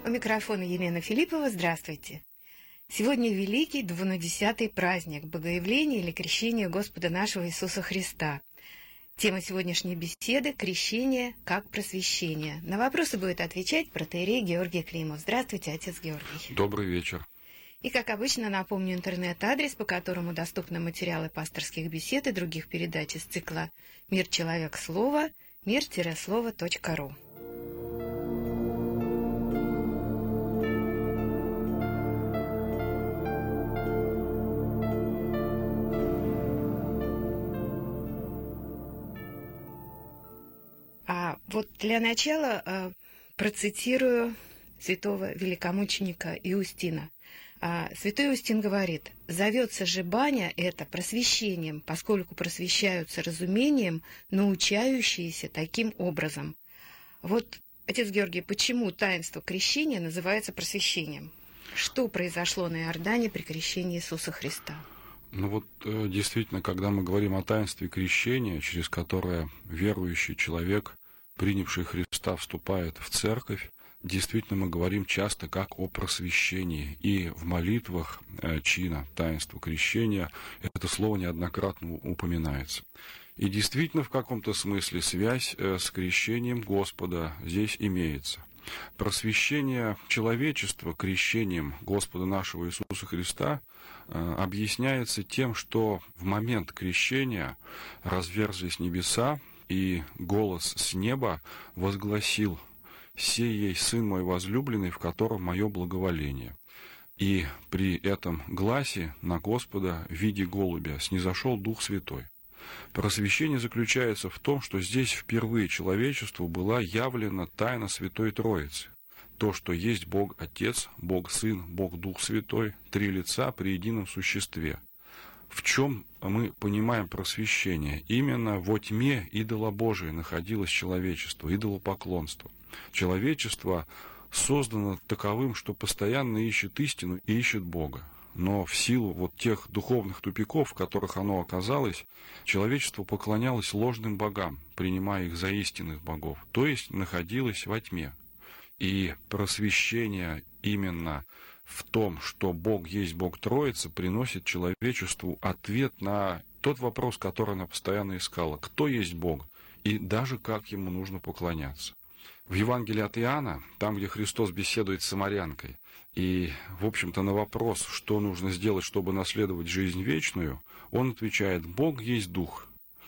У микрофона Елена Филиппова. Здравствуйте. Сегодня великий двунадесятый праздник Богоявления или Крещения Господа нашего Иисуса Христа. Тема сегодняшней беседы – крещение как просвещение. На вопросы будет отвечать протоиерей Георгий Климов. Здравствуйте, отец Георгий. Добрый вечер. И, как обычно, напомню интернет-адрес, по которому доступны материалы пасторских бесед и других передач из цикла «Мир. Человек. Слово» мир-слово.ру. Вот для начала процитирую святого великомученика Иустина. Святой Иустин говорит: «Зовется же баня это просвещением, поскольку просвещаются разумением, научающиеся таким образом». Вот, отец Георгий, почему таинство крещения называется просвещением? Что произошло на Иордане при крещении Иисуса Христа? Действительно, когда мы говорим о таинстве крещения, через которое верующий человек, принявший Христа, вступает в церковь, действительно мы говорим часто как о просвещении. И в молитвах чина таинства крещения это слово неоднократно упоминается. И действительно, в каком-то смысле связь с крещением Господа здесь имеется. Просвещение человечества крещением Господа нашего Иисуса Христа объясняется тем, что в момент крещения разверзлись небеса, и голос с неба возгласил: «Сей есть Сын мой возлюбленный, в котором мое благоволение». И при этом гласе на Господа в виде голубя снизошел Дух Святой. Просвещение заключается в том, что здесь впервые человечеству была явлена тайна Святой Троицы. То, что есть Бог Отец, Бог Сын, Бог Дух Святой, три лица при едином существе. В чем мы понимаем просвещение? Именно во тьме идолобожия находилось человечество, идолопоклонство. Человечество создано таковым, что постоянно ищет истину и ищет Бога. Но в силу тех духовных тупиков, в которых оно оказалось, человечество поклонялось ложным богам, принимая их за истинных богов, то есть находилось во тьме. И просвещение именно в том, что Бог есть Бог Троицы, приносит человечеству ответ на тот вопрос, который она постоянно искала: кто есть Бог и даже как Ему нужно поклоняться. В Евангелии от Иоанна, там, где Христос беседует с самарянкой, и, в общем-то, на вопрос, что нужно сделать, чтобы наследовать жизнь вечную, Он отвечает: Бог есть Дух.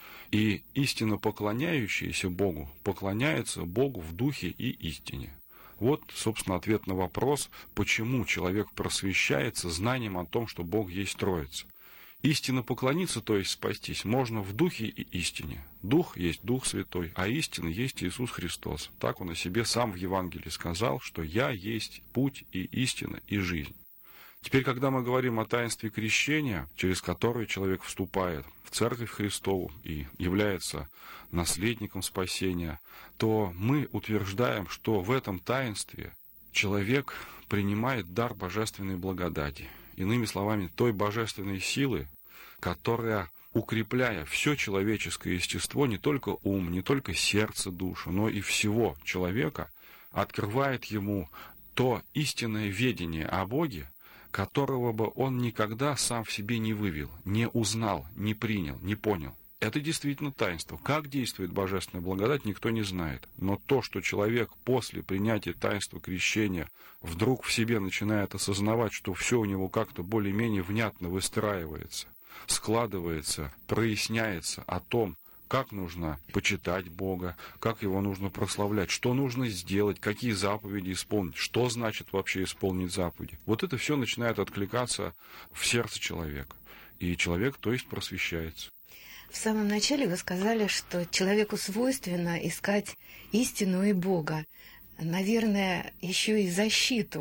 И истинно поклоняющиеся Богу поклоняются Богу в Духе и истине. Вот, собственно, ответ на вопрос, почему человек просвещается знанием о том, что Бог есть Троица. Истинно поклониться, то есть спастись, можно в Духе и истине. Дух есть Дух Святой, а истина есть Иисус Христос. Так Он о себе сам в Евангелии сказал, что «Я есть путь и истина и жизнь». Теперь, когда мы говорим о таинстве крещения, через которое человек вступает в Церковь Христову и является наследником спасения, то мы утверждаем, что в этом таинстве человек принимает дар божественной благодати. Иными словами, той божественной силы, которая, укрепляя все человеческое естество, не только ум, не только сердце, душу, но и всего человека, открывает ему то истинное ведение о Боге, которого бы он никогда сам в себе не вывел, не узнал, не принял, не понял. Это действительно таинство. Как действует божественная благодать, никто не знает. Но то, что человек после принятия таинства крещения вдруг в себе начинает осознавать, что все у него как-то более-менее внятно выстраивается, складывается, проясняется о том, как нужно почитать Бога, как Его нужно прославлять, что нужно сделать, какие заповеди исполнить, что значит вообще исполнить заповеди. Вот это все начинает откликаться в сердце человека. И человек, то есть, просвещается. В самом начале вы сказали, что человеку свойственно искать истину и Бога. Наверное, еще и защиту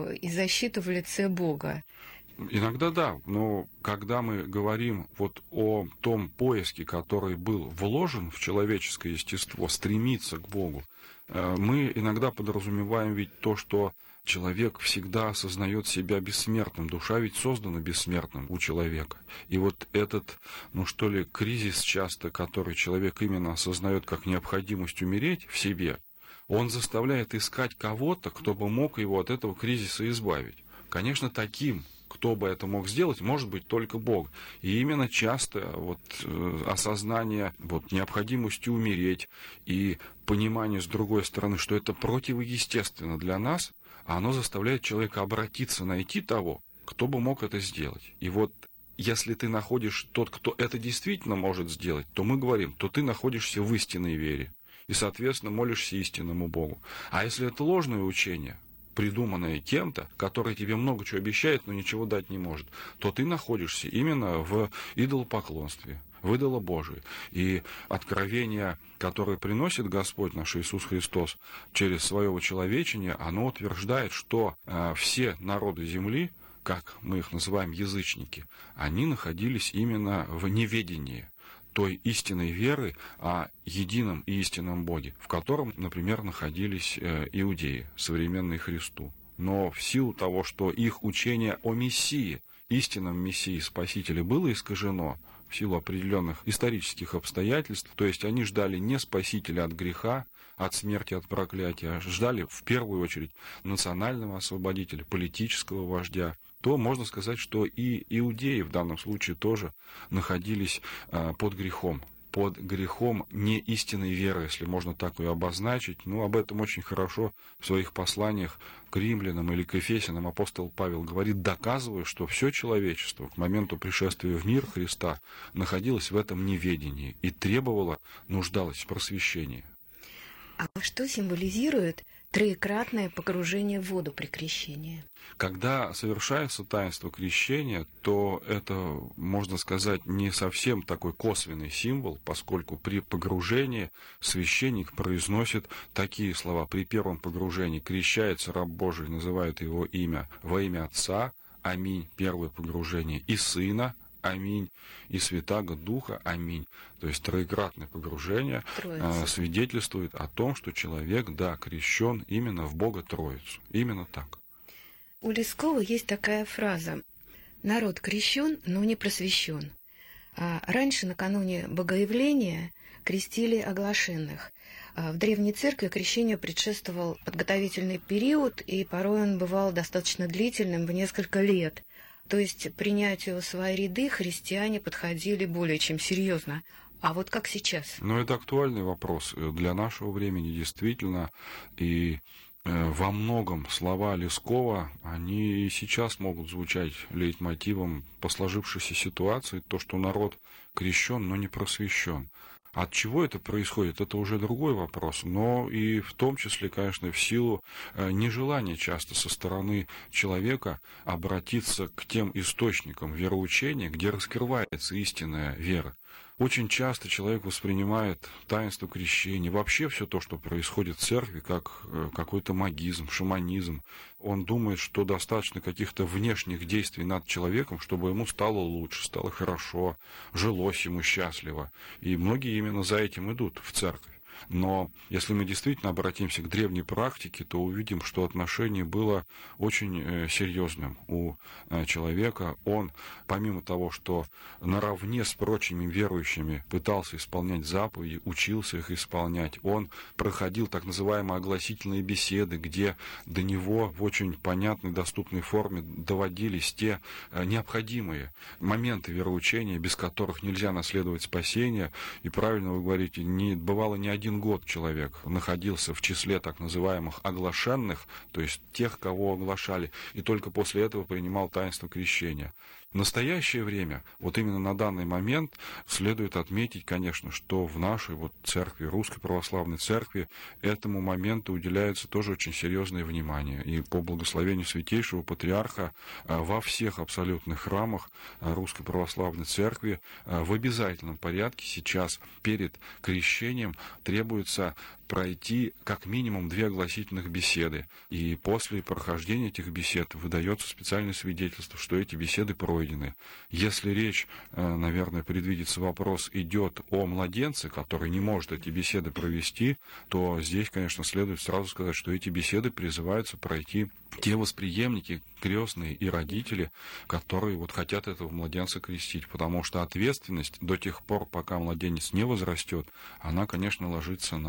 в лице Бога. Иногда да, но когда мы говорим о том поиске, который был вложен в человеческое естество, стремиться к Богу, мы иногда подразумеваем ведь то, что человек всегда осознает себя бессмертным. Душа ведь создана бессмертным у человека. И этот, кризис часто, который человек именно осознает как необходимость умереть в себе, Он заставляет искать кого-то, кто бы мог его от этого кризиса избавить. Конечно, таким, кто бы это мог сделать, может быть только Бог. И именно часто осознание необходимости умереть и понимание с другой стороны, что это противоестественно для нас, оно заставляет человека обратиться, найти того, кто бы мог это сделать. И если ты находишь тот, кто это действительно может сделать, то мы говорим, то ты находишься в истинной вере. И, соответственно, молишься истинному Богу. А если это ложное учение, придуманное кем-то, который тебе много чего обещает, но ничего дать не может, то ты находишься именно в идолопоклонстве, в идолобожии. И откровение, которое приносит Господь наш Иисус Христос через свое человечение, оно утверждает, что все народы земли, как мы их называем, язычники, они находились именно в неведении той истинной веры о едином и истинном Боге, в котором, например, находились иудеи, современные Христу. Но в силу того, что их учение о Мессии, истинном Мессии, Спасителе, было искажено в силу определенных исторических обстоятельств, то есть они ждали не Спасителя от греха, от смерти, от проклятия, а ждали в первую очередь национального освободителя, политического вождя, то можно сказать, что и иудеи в данном случае тоже находились под грехом не истинной веры, если можно так ее обозначить. Об этом очень хорошо в своих посланиях к римлянам или к ефесянам апостол Павел говорит, доказывая, что все человечество к моменту пришествия в мир Христа находилось в этом неведении и нуждалось в просвещении. А что символизирует троекратное погружение в воду при крещении? Когда совершается таинство крещения, то это, можно сказать, не совсем такой косвенный символ, поскольку при погружении священник произносит такие слова. При первом погружении крещается раб Божий, называют его имя во имя Отца, аминь, первое погружение, и Сына, аминь, и Святаго Духа, аминь. То есть троекратное погружение свидетельствует о том, что человек, крещен именно в Бога Троицу. Именно так. У Лескова есть такая фраза: «Народ крещен, но не просвещен». Раньше, накануне Богоявления, крестили оглашенных. В Древней Церкви крещению предшествовал подготовительный период, и порой он бывал достаточно длительным, в несколько лет. То есть к принятию в свои ряды христиане подходили более чем серьезно. А вот как сейчас? Это актуальный вопрос для нашего времени, действительно. И во многом слова Лескова, они и сейчас могут звучать лейтмотивом по сложившейся ситуации, то, что народ крещен, но не просвещен. От чего это происходит, это уже другой вопрос, но и в том числе, конечно, в силу нежелания часто со стороны человека обратиться к тем источникам вероучения, где раскрывается истинная вера. Очень часто человек воспринимает таинство крещения, вообще все то, что происходит в церкви, как какой-то магизм, шаманизм. Он думает, что достаточно каких-то внешних действий над человеком, чтобы ему стало лучше, стало хорошо, жилось ему счастливо. И многие именно за этим идут в церковь. Но если мы действительно обратимся к древней практике, то увидим, что отношение было очень серьезным у человека. Он, помимо того, что наравне с прочими верующими пытался исполнять заповеди, учился их исполнять, он проходил так называемые огласительные беседы, где до него в очень понятной, доступной форме доводились те необходимые моменты вероучения, без которых нельзя наследовать спасение. И правильно вы говорите, бывало не один год человек находился в числе так называемых оглашенных, то есть тех, кого оглашали, и только после этого принимал таинство крещения. В настоящее время, именно на данный момент, следует отметить, конечно, что в нашей церкви, Русской Православной Церкви, этому моменту уделяется тоже очень серьезное внимание. И по благословению Святейшего Патриарха во всех абсолютных храмах Русской Православной Церкви в обязательном порядке сейчас перед крещением требуется пройти как минимум 2 огласительных беседы. И после прохождения этих бесед выдается специальное свидетельство, что эти беседы пройдены. Если речь, наверное, предвидится вопрос, идет о младенце, который не может эти беседы провести, то здесь, конечно, следует сразу сказать, что эти беседы призываются пройти те восприемники, крестные и родители, которые хотят этого младенца крестить, потому что ответственность до тех пор, пока младенец не возрастет, она, конечно, ложится на тех,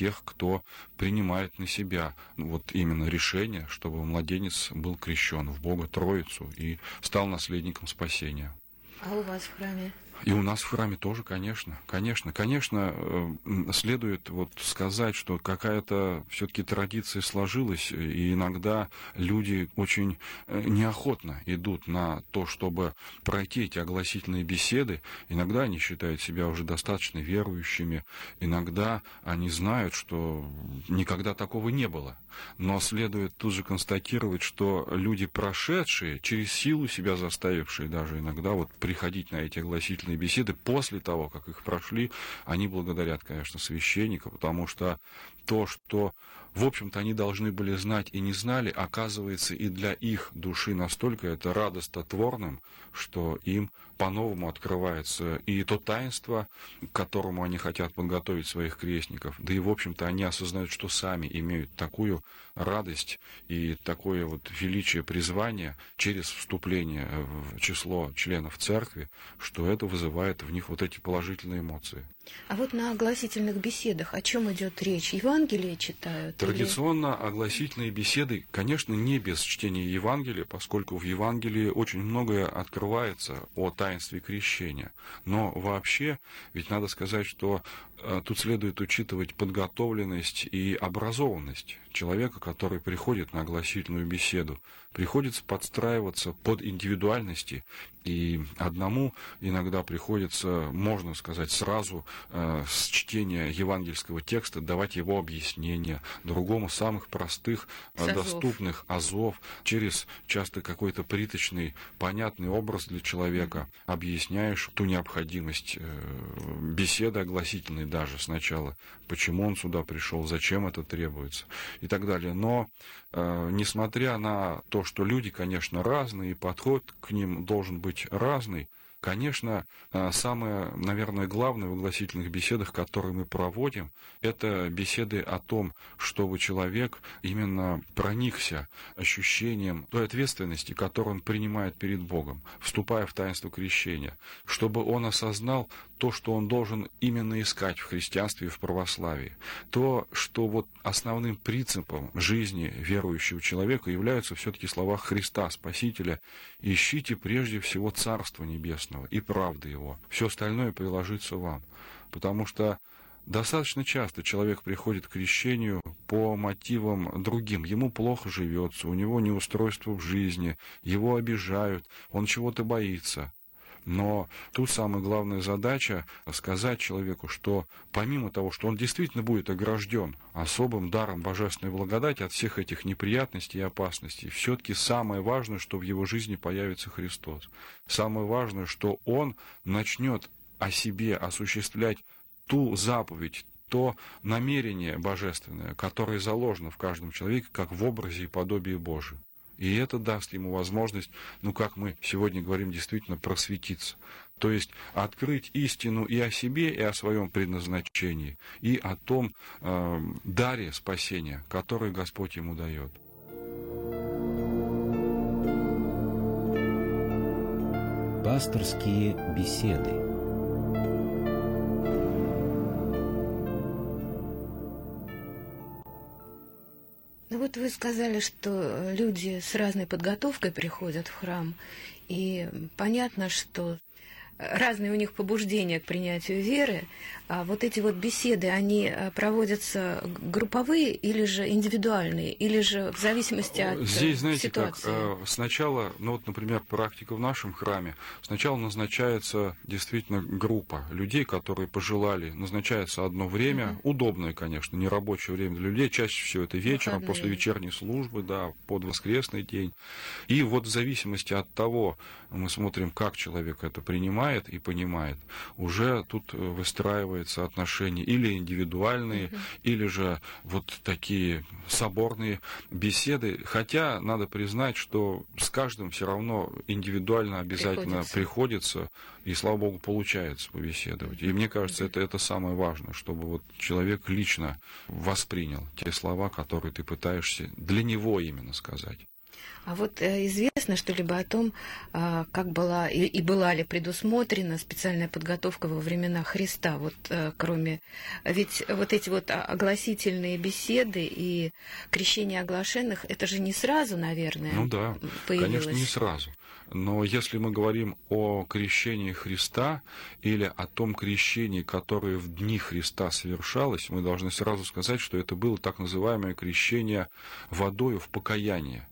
тех, кто принимает на себя вот именно решение, чтобы младенец был крещен в Бога Троицу и стал наследником спасения. А у вас в храме? И у нас в храме тоже, конечно. Конечно, следует вот сказать, что какая-то все-таки традиция сложилась, и иногда люди очень неохотно идут на то, чтобы пройти эти огласительные беседы. Иногда они считают себя уже достаточно верующими, иногда они знают, что никогда такого не было. Но следует тут же констатировать, что люди, прошедшие, через силу себя заставившие даже иногда вот приходить на эти огласительные беседы, после того, как их прошли, они благодарят, конечно, священника, потому что то, что, в общем-то, они должны были знать и не знали, оказывается и для их души настолько это радостотворным, что им по-новому открывается и то таинство, к которому они хотят подготовить своих крестников, да и, в общем-то, они осознают, что сами имеют такую радость и такое вот величие призвания через вступление в число членов церкви, что это вызывает в них вот эти положительные эмоции. А вот на огласительных беседах о чем идет речь? Евангелие читают? Традиционно огласительные беседы, конечно, не без чтения Евангелия, поскольку в Евангелии очень многое открывается о таинстве крещения. Но вообще, ведь надо сказать, что тут следует учитывать подготовленность и образованность человека, который приходит на огласительную беседу. Приходится подстраиваться под индивидуальности, и одному иногда приходится, можно сказать, сразу с чтения евангельского текста давать его объяснения, другому самых простых, доступных азов, через часто какой-то приточный, понятный образ для человека, объясняешь ту необходимость беседы огласительной даже сначала, почему он сюда пришел, зачем это требуется и так далее. Но несмотря на то, что люди, конечно, разные, и подход к ним должен быть разный, конечно, самое, наверное, главное в огласительных беседах, которые мы проводим, это беседы о том, чтобы человек именно проникся ощущением той ответственности, которую он принимает перед Богом, вступая в таинство крещения, чтобы он осознал то, что он должен именно искать в христианстве и в православии, то, что вот основным принципом жизни верующего человека являются все-таки слова Христа, Спасителя: «Ищите прежде всего Царство Небесного и правды Его, все остальное приложится вам». Потому что достаточно часто человек приходит к крещению по мотивам другим. Ему плохо живется, у него неустройство в жизни, его обижают, он чего-то боится. Но тут самая главная задача — сказать человеку, что помимо того, что он действительно будет огражден особым даром божественной благодати от всех этих неприятностей и опасностей, все-таки самое важное, что в его жизни появится Христос. Самое важное, что он начнет о себе осуществлять ту заповедь, то намерение божественное, которое заложено в каждом человеке, как в образе и подобии Божьем. И это даст ему возможность, как мы сегодня говорим, действительно просветиться. То есть открыть истину и о себе, и о своем предназначении, и о том даре спасения, который Господь ему дает. Пасторские беседы. Вот вы сказали, что люди с разной подготовкой приходят в храм, и понятно, что разные у них побуждения к принятию веры. А вот эти вот беседы, они проводятся групповые или же индивидуальные, или же в зависимости от Здесь, знаете, ситуации? как сначала, например, практика в нашем храме, сначала назначается действительно группа людей, которые пожелали, назначается одно время, удобное, конечно, не рабочее время для людей, чаще всего это вечером, Выходные. после вечерней службы, под воскресный день. И вот в зависимости от того, мы смотрим, как человек это принимает и понимает, уже тут выстраиваются отношения или индивидуальные, или же вот такие соборные беседы. Хотя надо признать, что с каждым все равно индивидуально обязательно приходится, и, слава Богу, получается побеседовать. И мне кажется, это самое важное, чтобы вот человек лично воспринял те слова, которые ты пытаешься для него именно сказать. А вот известно что-либо о том, как была и была ли предусмотрена специальная подготовка во времена Христа? Вот кроме... Ведь вот эти вот огласительные беседы и крещение оглашенных, это же не сразу, наверное, Ну да, появилось. конечно, не сразу. Но если мы говорим о крещении Христа или о том крещении, которое в дни Христа совершалось, мы должны сразу сказать, что это было так называемое крещение водою в покаяние.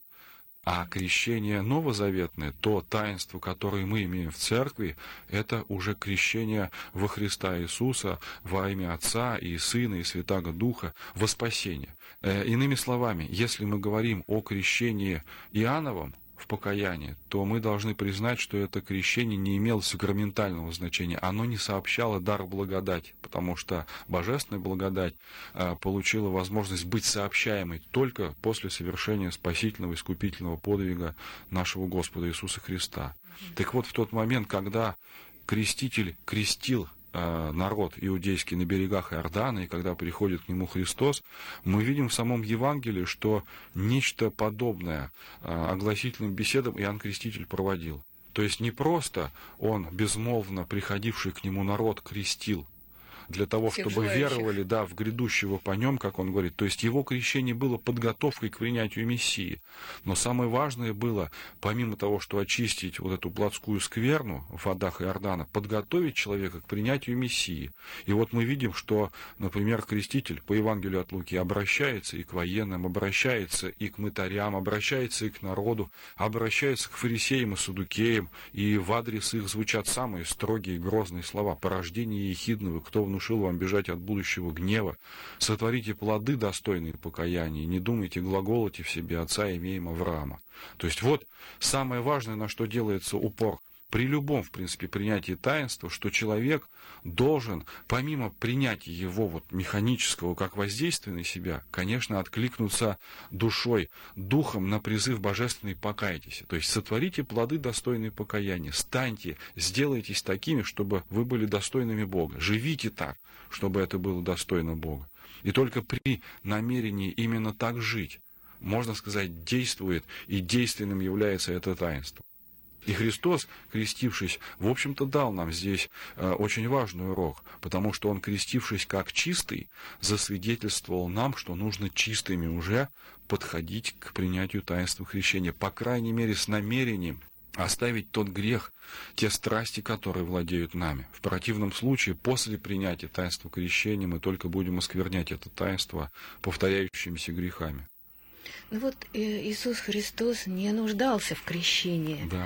А крещение новозаветное, то таинство, которое мы имеем в церкви, это уже крещение во Христа Иисуса во имя Отца и Сына и Святаго Духа во спасение. Иными словами, если мы говорим о крещении Иоанновом в покаянии, то мы должны признать, что это крещение не имело сакраментального значения. Оно не сообщало дар благодати, потому что божественная благодать получила возможность быть сообщаемой только после совершения спасительного искупительного подвига нашего Господа Иисуса Христа. Так вот, в тот момент, когда креститель крестил народ иудейский на берегах Иордана, и когда приходит к нему Христос, мы видим в самом Евангелии, что нечто подобное огласительным беседам Иоанн Креститель проводил. То есть не просто он, безмолвно приходивший к нему народ, крестил, для того, Всех чтобы желающих. веровали, да, в грядущего по нем, как он говорит. То есть его крещение было подготовкой к принятию Мессии. Но самое важное было, помимо того, что очистить вот эту плотскую скверну в водах Иордана, подготовить человека к принятию Мессии. И вот мы видим, что, например, креститель по Евангелию от Луки обращается и к военным, обращается и к мытарям, обращается и к народу, обращается к фарисеям и саддукеям, и в адрес их звучат самые строгие и грозные слова: «Порождение ехидного, кто внушил вам бежать от будущего гнева? Сотворите плоды, достойные покаяния, не думайте глаголоте в себе отца, имеем Авраама». То есть вот самое важное, на что делается упор при любом, в принципе, принятии таинства, что человек должен, помимо принятия его вот механического как воздействия на себя, конечно, откликнуться душой, духом на призыв божественный «покайтесь». То есть сотворите плоды, достойные покаяния, станьте, сделайтесь такими, чтобы вы были достойными Бога, живите так, чтобы это было достойно Бога. И только при намерении именно так жить, можно сказать, действует и действенным является это таинство. И Христос, крестившись, в общем-то, дал нам здесь очень важный урок, потому что Он, крестившись как чистый, засвидетельствовал нам, что нужно чистыми уже подходить к принятию таинства крещения, по крайней мере, с намерением оставить тот грех, те страсти, которые владеют нами. В противном случае, после принятия таинства крещения, мы только будем осквернять это таинство повторяющимися грехами. Ну вот Иисус Христос не нуждался в крещении. Да.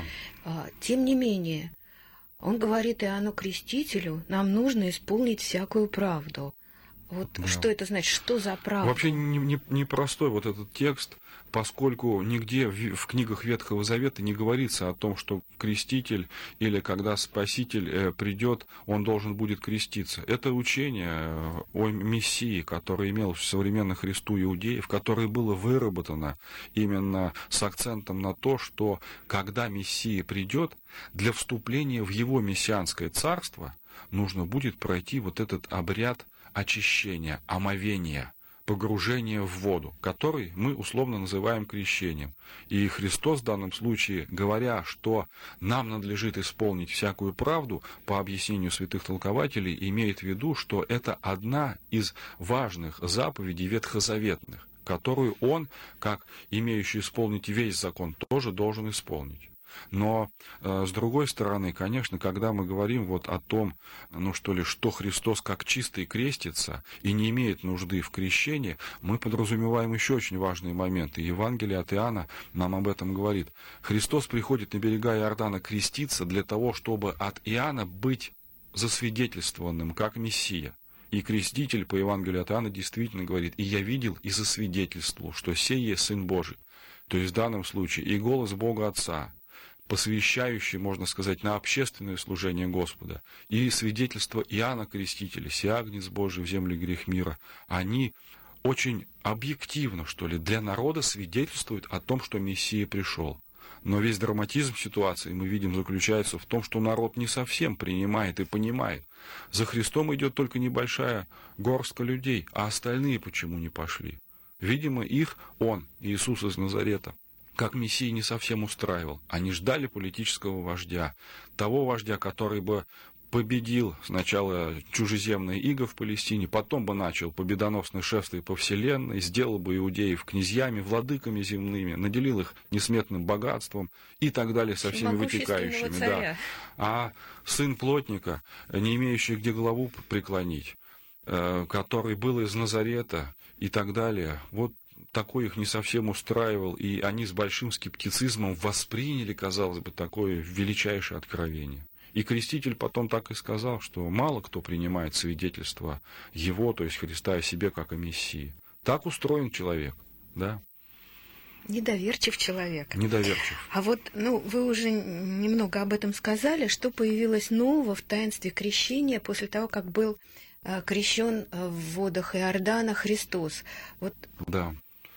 Тем не менее, Он говорит Иоанну Крестителю: нам нужно исполнить всякую правду. Вот Да. что это значит? Что за правда? Вообще непростой вот этот текст, поскольку нигде в книгах Ветхого Завета не говорится о том, что креститель или когда Спаситель придет, он должен будет креститься. Это учение о Мессии, которое имел в современно Христу иудеев, которое было выработано именно с акцентом на то, что когда Мессия придет, для вступления в его мессианское царство нужно будет пройти вот этот обряд очищения, омовения, погружения в воду, который мы условно называем крещением. И Христос в данном случае, говоря, что нам надлежит исполнить всякую правду, по объяснению святых толкователей, имеет в виду, что это одна из важных заповедей ветхозаветных, которую Он, как имеющий исполнить весь закон, тоже должен исполнить. Но, с другой стороны, конечно, когда мы говорим вот о том, что Христос как чистый крестится и не имеет нужды в крещении, мы подразумеваем еще очень важные моменты. Евангелие от Иоанна нам об этом говорит. Христос приходит на берега Иордана креститься для того, чтобы от Иоанна быть засвидетельствованным как Мессия. И креститель по Евангелию от Иоанна действительно говорит: «И я видел и засвидетельствовал, что сей есть Сын Божий». То есть в данном случае и голос Бога Отца, посвящающий, можно сказать, на общественное служение Господа, и свидетельство Иоанна Крестителя, «Сей Агнец Божий в земле грех мира», они очень объективно, для народа свидетельствуют о том, что Мессия пришел. Но весь драматизм ситуации, мы видим, заключается в том, что народ не совсем принимает и понимает. За Христом идет только небольшая горстка людей, а остальные почему не пошли? Видимо, их Он, Иисус из Назарета, как Мессии не совсем устраивал. Они ждали политического вождя, того вождя, который бы победил сначала чужеземные иго в Палестине, потом бы начал победоносное шествие по вселенной, сделал бы иудеев князьями, владыками земными, наделил их несметным богатством и так далее со всеми вытекающими. Да. А сын плотника, не имеющий где главу преклонить, который был из Назарета и так далее, вот такой их не совсем устраивал, и они с большим скептицизмом восприняли, казалось бы, такое величайшее откровение. И Креститель потом так и сказал, что мало кто принимает свидетельство его, то есть Христа, о себе, как о Мессии. Так устроен человек, да. Недоверчив человек. Недоверчив. А вот, вы уже немного об этом сказали, что появилось нового в таинстве крещения после того, как был крещен в водах Иордана Христос. Вот. Да.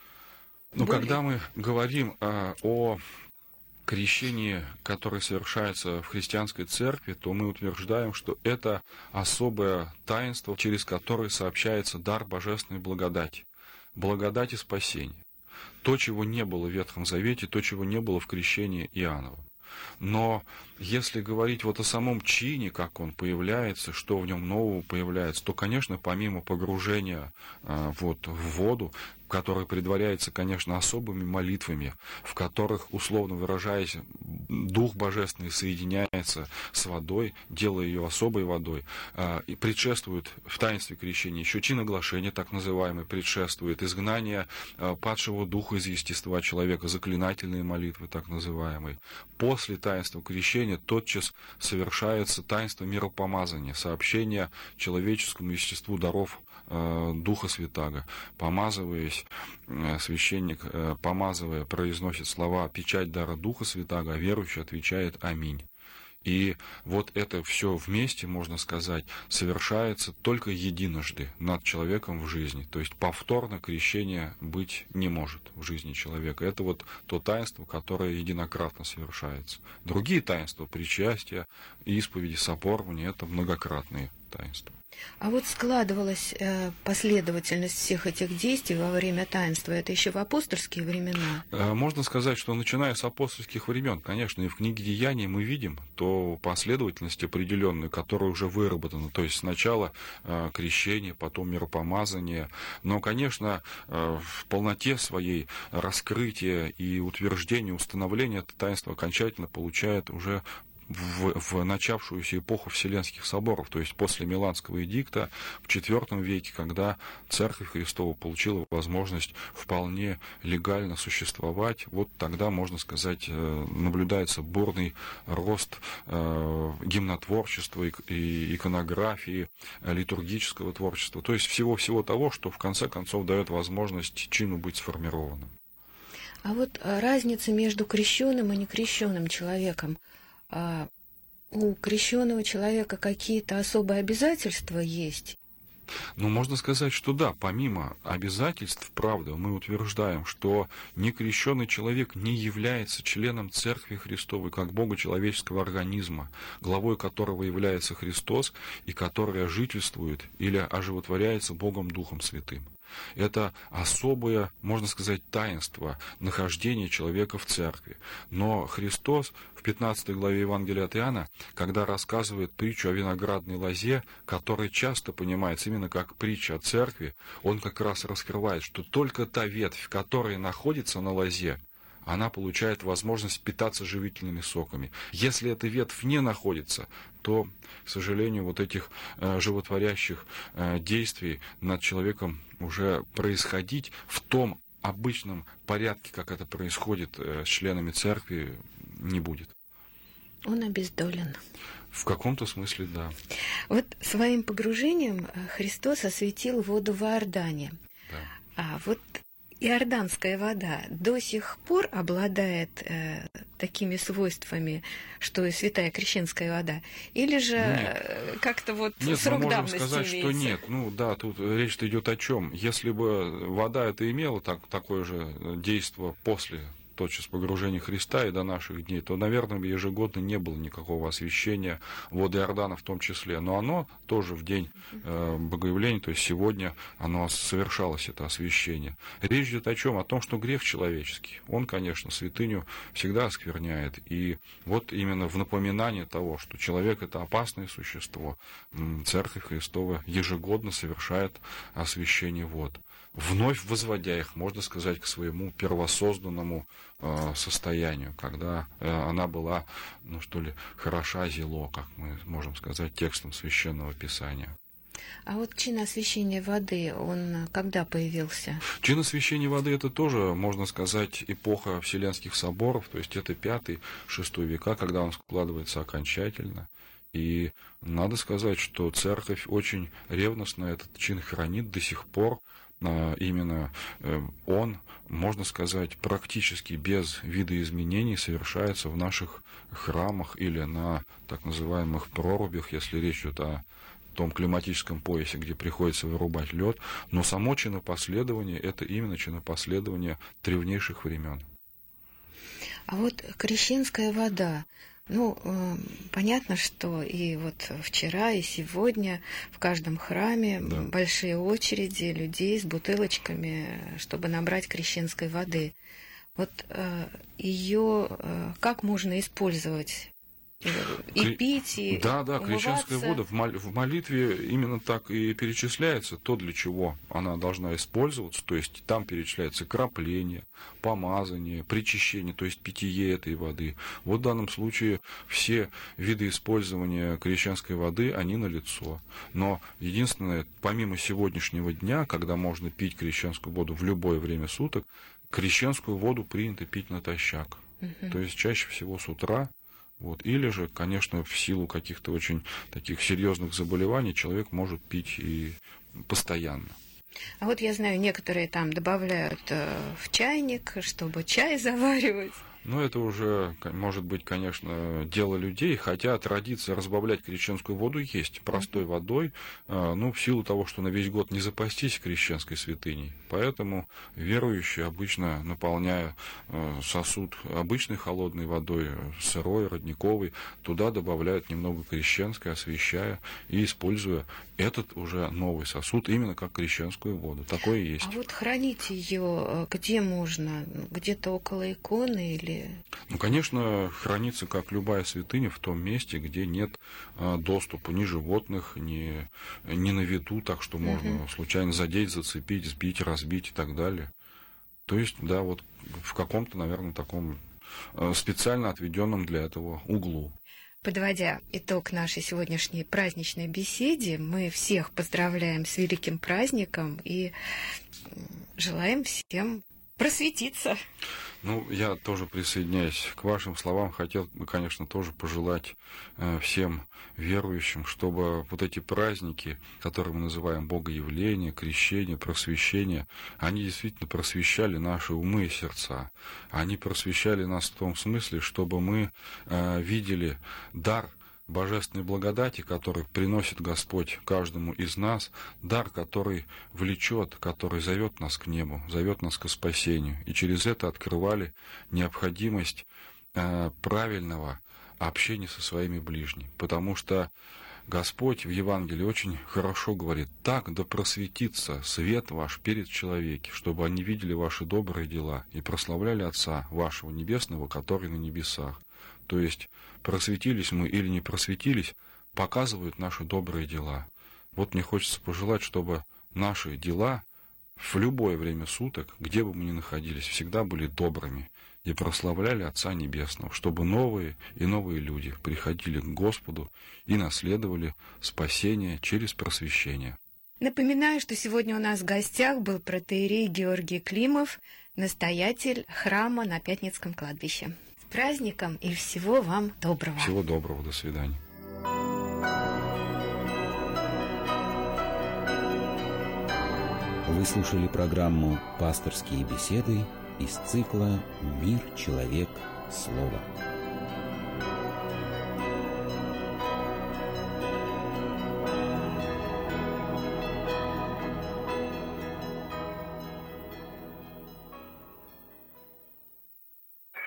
Когда мы говорим о крещении, которое совершается в христианской церкви, то мы утверждаем, что это особое таинство, через которое сообщается дар божественной благодати, благодати спасения. То, чего не было в Ветхом Завете, то, чего не было в крещении Иоаннова. Но если говорить вот о самом чине, как он появляется, что в нем нового появляется, то, конечно, помимо погружения в воду, которая предваряется, конечно, особыми молитвами, в которых, условно выражаясь, Дух Божественный соединяется с водой, делая ее особой водой, и предшествует в таинстве крещения еще чин оглашения, так называемый, предшествует изгнание падшего духа из естества человека, заклинательные молитвы, так называемые. После таинства крещения тотчас совершается таинство миропомазания, сообщение человеческому естеству даров Духа Святаго. Помазываясь, священник, помазывая, произносит слова «печать дара Духа Святаго», а верующий отвечает «Аминь». И вот это все вместе, можно сказать, совершается только единожды над человеком в жизни. То есть повторно крещение быть не может в жизни человека. Это вот то таинство, которое единократно совершается. Другие таинства, причастия, исповеди, соборования, это многократные таинства. А вот складывалась последовательность всех этих действий во время таинства, это еще в апостольские времена? Можно сказать, что начиная с апостольских времен, конечно, и в книге Деяний мы видим ту последовательность определенную, которая уже выработана. То есть сначала крещение, потом миропомазание. Но, конечно, в полноте своей раскрытия и утверждения, установления это таинство окончательно получает уже в начавшуюся эпоху Вселенских соборов, то есть после Миланского эдикта в IV веке, когда Церковь Христова получила возможность вполне легально существовать, вот тогда, можно сказать, наблюдается бурный рост гимнотворчества, и иконографии, литургического творчества, то есть всего-всего того, что в конце концов дает возможность чину быть сформированным. А вот разница между крещенным и некрещенным человеком. У крещенного человека какие-то особые обязательства есть? Ну, можно сказать, что да, помимо обязательств, правда, мы утверждаем, что некрещенный человек не является членом Церкви Христовой, как Бога человеческого организма, главой которого является Христос, и который жительствует или оживотворяется Богом Духом Святым. Это особое, можно сказать, таинство нахождения человека в церкви. Но Христос в 15 главе Евангелия от Иоанна, когда рассказывает притчу о виноградной лозе, которая часто понимается именно как притча о церкви, он как раз раскрывает, что только та ветвь, которая находится на лозе, она получает возможность питаться живительными соками. Если эта ветвь не находится, то, к сожалению, вот этих животворящих действий над человеком уже происходить в том обычном порядке, как это происходит с членами церкви, не будет. Он обездолен. В каком-то смысле, да. Вот своим погружением Христос осветил воду в Иордане. Да. А вот иорданская вода до сих пор обладает такими свойствами, что и святая крещенская вода? Или же как-то вот нет, срок мы можем давности сказать, имеется? что нет. Ну да, тут речь идет о чем? Если бы вода это имела такое же действие после тотчас погружения Христа и до наших дней, то, наверное, ежегодно не было никакого освящения воды Иордана в том числе. Но оно тоже в день Богоявления, то есть сегодня, оно совершалось, это освящение. Речь идет о чем? О том, что грех человеческий, он, конечно, святыню всегда оскверняет. И вот именно в напоминание того, что человек — это опасное существо, Церковь Христова ежегодно совершает освящение вод, вновь возводя их, можно сказать, к своему первосозданному состоянию, когда она была, ну что ли, хороша зело, как мы можем сказать текстом Священного Писания. А вот чин освящения воды, он когда появился? Чин освящения воды — это тоже, можно сказать, эпоха Вселенских соборов, то есть это 5-6 века, когда он складывается окончательно. И надо сказать, что Церковь очень ревностно этот чин хранит до сих пор. Именно он, можно сказать, практически без видоизменений совершается в наших храмах или на так называемых прорубях, если речь идет о том климатическом поясе, где приходится вырубать лед. Но само чинопоследование — это именно чинопоследование древнейших времен. А вот крещенская вода, ну, понятно, что и вот вчера, и сегодня в каждом храме большие очереди людей с бутылочками, чтобы набрать крещенской воды. Вот ее как можно использовать? И пить, и Да, умываться. крещенская вода в молитве именно так и перечисляется, то, для чего она должна использоваться, то есть там перечисляется крапление, помазание, причащение, то есть питье этой воды. Вот в данном случае все виды использования крещенской воды, они налицо. Но единственное, помимо сегодняшнего дня, когда можно пить крещенскую воду в любое время суток, крещенскую воду принято пить натощак. То есть чаще всего с утра. Вот. Или же, конечно, в силу каких-то очень таких серьезных заболеваний человек может пить и постоянно. А вот я знаю, некоторые там добавляют в чайник, чтобы чай заваривать. Ну, это уже, может быть, конечно, дело людей, хотя традиция разбавлять крещенскую воду есть простой водой, ну, в силу того, что на весь год не запастись крещенской святыней. Поэтому верующие, обычно наполняя сосуд обычной холодной водой, сырой, родниковой, туда добавляют немного крещенской, освящая и используя этот уже новый сосуд именно как крещенскую воду. Такое есть. А вот хранить ее где можно? Где-то около иконы или... Ну, конечно, хранится, как любая святыня, в том месте, где нет доступа ни животных, ни на виду, так что можно случайно задеть, зацепить, сбить, разбить и так далее. То есть, да, вот в каком-то, наверное, таком специально отведенном для этого углу. Подводя итог нашей сегодняшней праздничной беседе, мы всех поздравляем с великим праздником и желаем всем просветиться. Ну, я тоже присоединяюсь к вашим словам. Хотел бы, конечно, тоже пожелать всем верующим, чтобы вот эти праздники, которые мы называем Богоявление, крещение, просвещение, они действительно просвещали наши умы и сердца. Они просвещали нас в том смысле, чтобы мы видели дар божественной благодати, который приносит Господь каждому из нас, дар, который влечет, который зовет нас к небу, зовет нас к спасению. И через это открывали необходимость правильного общения со своими ближними. Потому что Господь в Евангелии очень хорошо говорит: «Так да просветится свет ваш перед человеки, чтобы они видели ваши добрые дела и прославляли Отца вашего Небесного, который на небесах». То есть просветились мы или не просветились, показывают наши добрые дела. Вот мне хочется пожелать, чтобы наши дела в любое время суток, где бы мы ни находились, всегда были добрыми и прославляли Отца Небесного, чтобы новые и новые люди приходили к Господу и наследовали спасение через просвещение. Напоминаю, что сегодня у нас в гостях был протоиерей Георгий Климов, настоятель храма на Пятницком кладбище. С праздником и всего вам доброго. Всего доброго, до свидания. Вы слушали программу «Пасторские беседы» из цикла «Мир, человек, слово».